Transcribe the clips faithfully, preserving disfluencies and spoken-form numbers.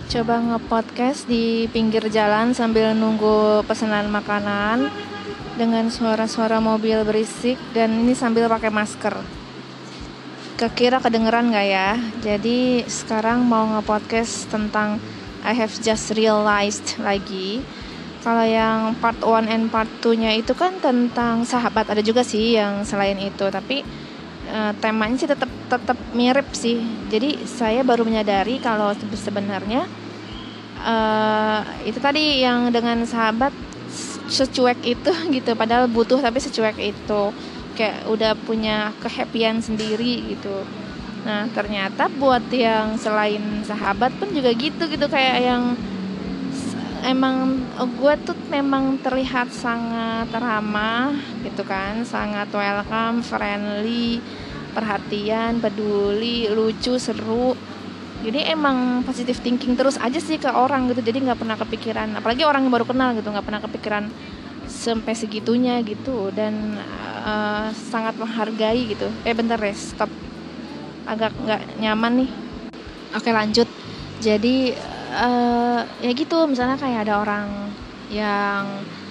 Coba nge-podcast di pinggir jalan sambil nunggu pesanan makanan dengan suara-suara mobil berisik, dan ini sambil pakai masker. Kekira kedengeran gak ya? Jadi sekarang mau nge-podcast tentang I have just realized lagi. Kalau yang part one and part two-nya itu kan tentang sahabat, ada juga sih yang selain itu, tapi uh, temanya sih tetap tetap mirip sih. Jadi saya baru menyadari kalau sebenarnya uh, itu tadi yang dengan sahabat secuek itu gitu, padahal butuh tapi secuek itu, kayak udah punya kehappyan sendiri gitu. Nah ternyata buat yang selain sahabat pun juga gitu gitu, kayak yang emang gue tuh memang terlihat sangat ramah gitu kan, sangat welcome, friendly, perhatian, peduli, lucu, seru. Jadi emang positive thinking terus aja sih ke orang gitu. Jadi nggak pernah kepikiran, apalagi orang yang baru kenal gitu, nggak pernah kepikiran sampai segitunya gitu. Dan uh, sangat menghargai gitu. Eh bentar deh, stop, agak nggak nyaman nih. Oke lanjut. Jadi uh, ya gitu, misalnya kayak ada orang yang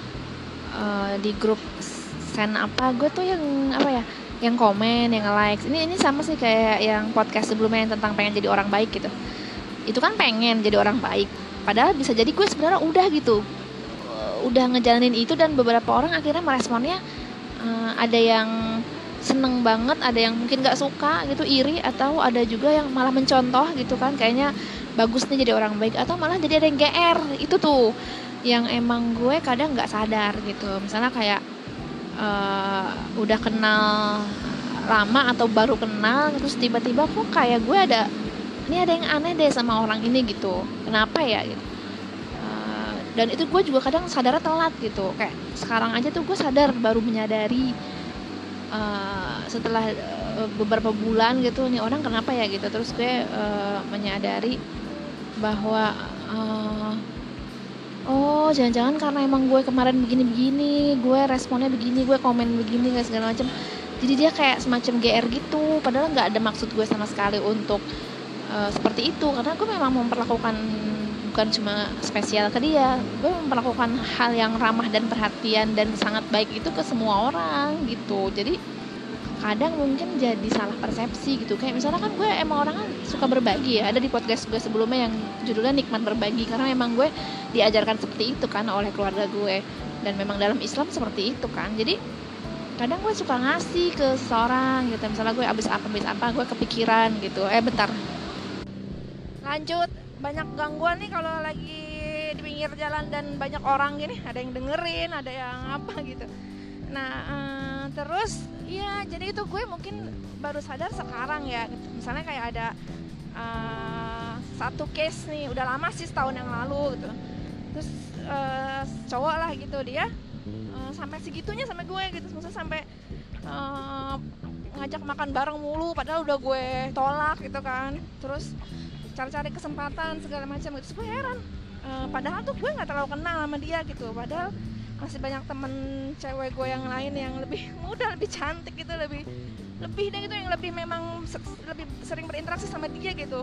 uh, di grup send apa, gue tuh yang apa ya, yang komen, yang nge-like. Ini ini sama sih kayak yang podcast sebelumnya yang tentang pengen jadi orang baik gitu. Itu kan pengen jadi orang baik, padahal bisa jadi gue sebenarnya udah gitu, udah ngejalanin itu, dan beberapa orang akhirnya meresponnya uh, ada yang seneng banget, ada yang mungkin gak suka gitu, iri, atau ada juga yang malah mencontoh gitu kan, kayaknya bagus nih jadi orang baik, atau malah jadi ada yang G R. Itu tuh yang emang gue kadang gak sadar gitu. Misalnya kayak uh, udah kenal lama atau baru kenal, terus tiba-tiba kok kayak gue ada, ini ada yang aneh deh sama orang ini gitu, kenapa ya gitu. Uh, dan itu gue juga kadang sadarnya telat gitu, kayak sekarang aja tuh gue sadar, baru menyadari uh, setelah uh, beberapa bulan gitu, nih orang kenapa ya gitu. Terus gue uh, menyadari bahwa uh, oh jangan-jangan karena emang gue kemarin begini-begini, gue responnya begini, gue komen begini, kayak segala macam. Jadi dia kayak semacam G R gitu, padahal nggak ada maksud gue sama sekali untuk uh, seperti itu, karena gue memang memperlakukan, bukan cuma spesial ke dia, gue memperlakukan hal yang ramah dan perhatian dan sangat baik itu ke semua orang gitu. Jadi kadang mungkin jadi salah persepsi gitu. Kayak misalnya kan gue emang orang kan suka berbagi ya, ada di podcast gue sebelumnya yang judulnya Nikmat Berbagi, karena memang gue diajarkan seperti itu kan oleh keluarga gue, dan memang dalam Islam seperti itu kan. Jadi kadang gue suka ngasih ke seseorang gitu, misalnya gue abis apa abis apa gue kepikiran gitu. Eh bentar, lanjut. Banyak gangguan nih kalau lagi di pinggir jalan dan banyak orang gini, ada yang dengerin, ada yang apa gitu. Nah uh, terus ya jadi itu gue mungkin baru sadar sekarang ya gitu. Misalnya kayak ada uh, satu case nih, udah lama sih, setahun yang lalu gitu. Terus uh, cowok lah gitu, dia uh, sampai segitunya sama gue gitu, maksudnya sampai uh, ngajak makan bareng mulu, padahal udah gue tolak gitu kan. Terus cari-cari kesempatan segala macam gitu. Terus gue heran, uh, padahal tuh gue nggak terlalu kenal sama dia gitu, padahal masih banyak temen cewek gue yang lain yang lebih muda, lebih cantik gitu, lebih lebih deh gitu, yang lebih memang se- lebih sering berinteraksi sama dia gitu.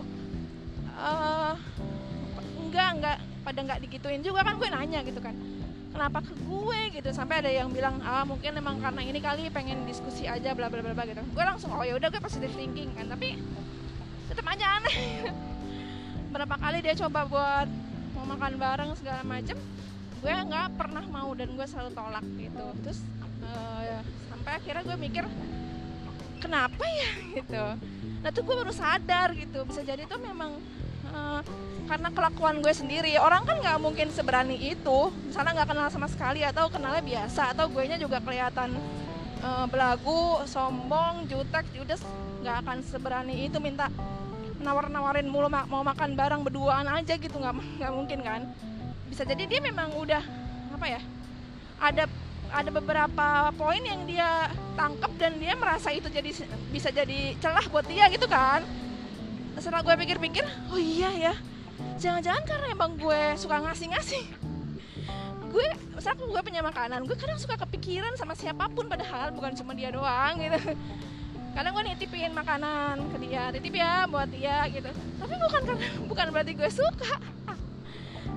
Uh, enggak enggak pada nggak digituin juga kan. Gue nanya gitu kan, kenapa ke gue gitu, sampai ada yang bilang ah mungkin emang karena ini kali, pengen diskusi aja bla bla bla bla gitu. Gue langsung oh ya udah, gue positive thinking kan, tapi tetap aja aneh. Berapa kali dia coba buat mau makan bareng segala macem, gue nggak pernah mau dan gue selalu tolak gitu. Terus uh, sampai akhirnya gue mikir kenapa ya gitu. Nah tuh gue baru sadar gitu, bisa jadi tuh memang uh, karena kelakuan gue sendiri. Orang kan nggak mungkin seberani itu, misalnya nggak kenal sama sekali atau kenalnya biasa, atau gue nya juga kelihatan uh, belagu, sombong, jutek, judes, nggak akan seberani itu minta nawar-nawarin mulu mau makan bareng berduaan aja gitu, nggak nggak mungkin kan. Bisa jadi dia memang udah apa ya, ada ada beberapa poin yang dia tangkap dan dia merasa itu jadi bisa jadi celah buat dia gitu kan. Setelah gue pikir-pikir, oh iya ya, jangan-jangan karena emang gue suka ngasih-ngasih. Gue misalnya gue punya makanan, gue kadang suka kepikiran sama siapapun, padahal bukan cuma dia doang gitu. Kadang gue nitipin makanan ke dia, titip ya buat dia gitu. Tapi bukan karena bukan berarti gue suka.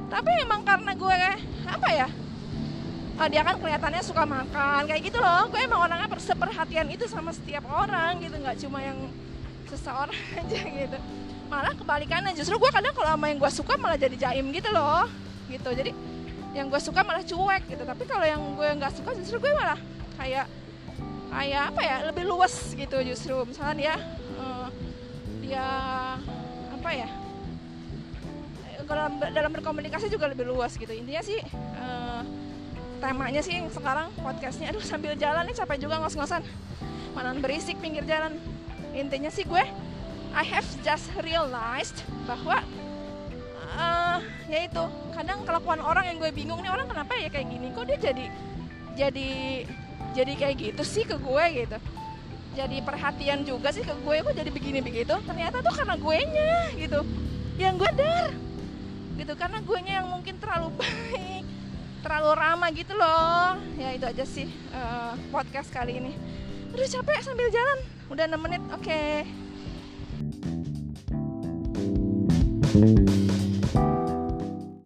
Tapi emang karena gue apa ya, oh, dia kan kelihatannya suka makan kayak gitu loh. Gue emang orangnya seperhatian itu sama setiap orang gitu, nggak cuma yang seseorang aja gitu. Malah kebalikannya, justru gue kadang kalau sama yang gue suka malah jadi jaim gitu loh gitu. Jadi yang gue suka malah cuek gitu, tapi kalau yang gue nggak suka justru gue malah kayak kayak apa ya, lebih luas gitu justru. Misalnya dia uh, dia apa ya, dalam, dalam berkomunikasi juga lebih luas gitu. Intinya sih uh, temanya sih sekarang podcastnya, aduh sambil jalan nih capek juga ngos-ngosan, malah berisik pinggir jalan. Intinya sih gue I have just realized bahwa uh, ya itu kadang kelakuan orang yang gue bingung nih, orang kenapa ya kayak gini, kok dia jadi jadi jadi kayak gitu sih ke gue gitu, jadi perhatian juga sih ke gue, kok jadi begini begitu. Ternyata tuh karena gue nya gitu yang gue dar gitu, karena gue nya yang mungkin terlalu baik, terlalu ramah gitu loh. Ya itu aja sih uh, podcast kali ini. Aduh capek sambil jalan, udah enam menit. Oke okay.